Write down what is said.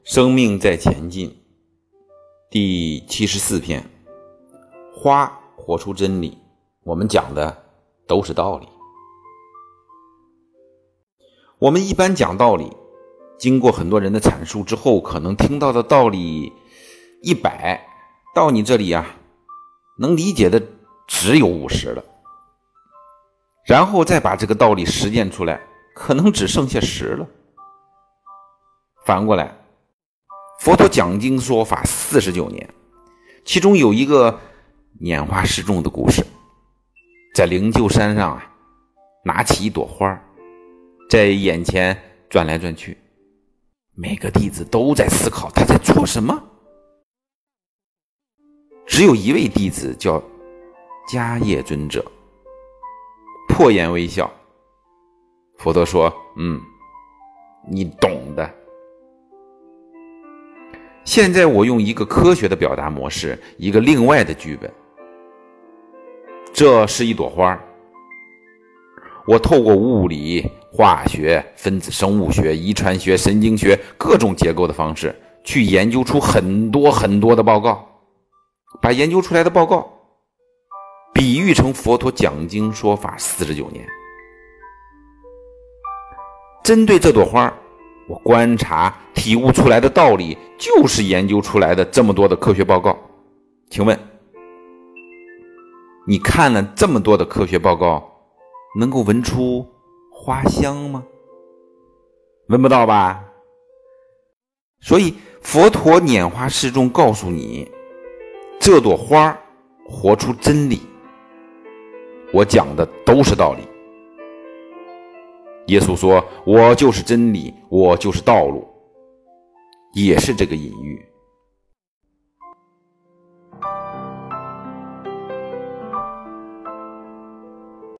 生命在前进，第74篇，花活出真理。我们讲的都是道理。我们一般讲道理，经过很多人的阐述之后，可能听到的道理100，到你这里能理解的只有50了。然后再把这个道理实践出来，可能只剩下10了。反过来，佛陀讲经说法49年，其中有一个拈花示众的故事。在灵鹫山上拿起一朵花，在眼前转来转去，每个弟子都在思考他在做什么。只有一位弟子叫迦叶尊者，破颜微笑。佛陀说：你懂的。现在我用一个科学的表达模式，一个另外的剧本。这是一朵花，我透过物理、化学、分子生物学、遗传学、神经学各种结构的方式，去研究出很多很多的报告，把研究出来的报告比喻成佛陀讲经说法49年。针对这朵花，我观察体悟出来的道理，就是研究出来的这么多的科学报告。请问你看了这么多的科学报告，能够闻出花香吗？闻不到吧？所以佛陀拈花示众告诉你，这朵花活出真理。我讲的都是道理。耶稣说，我就是真理，我就是道路，也是这个隐喻。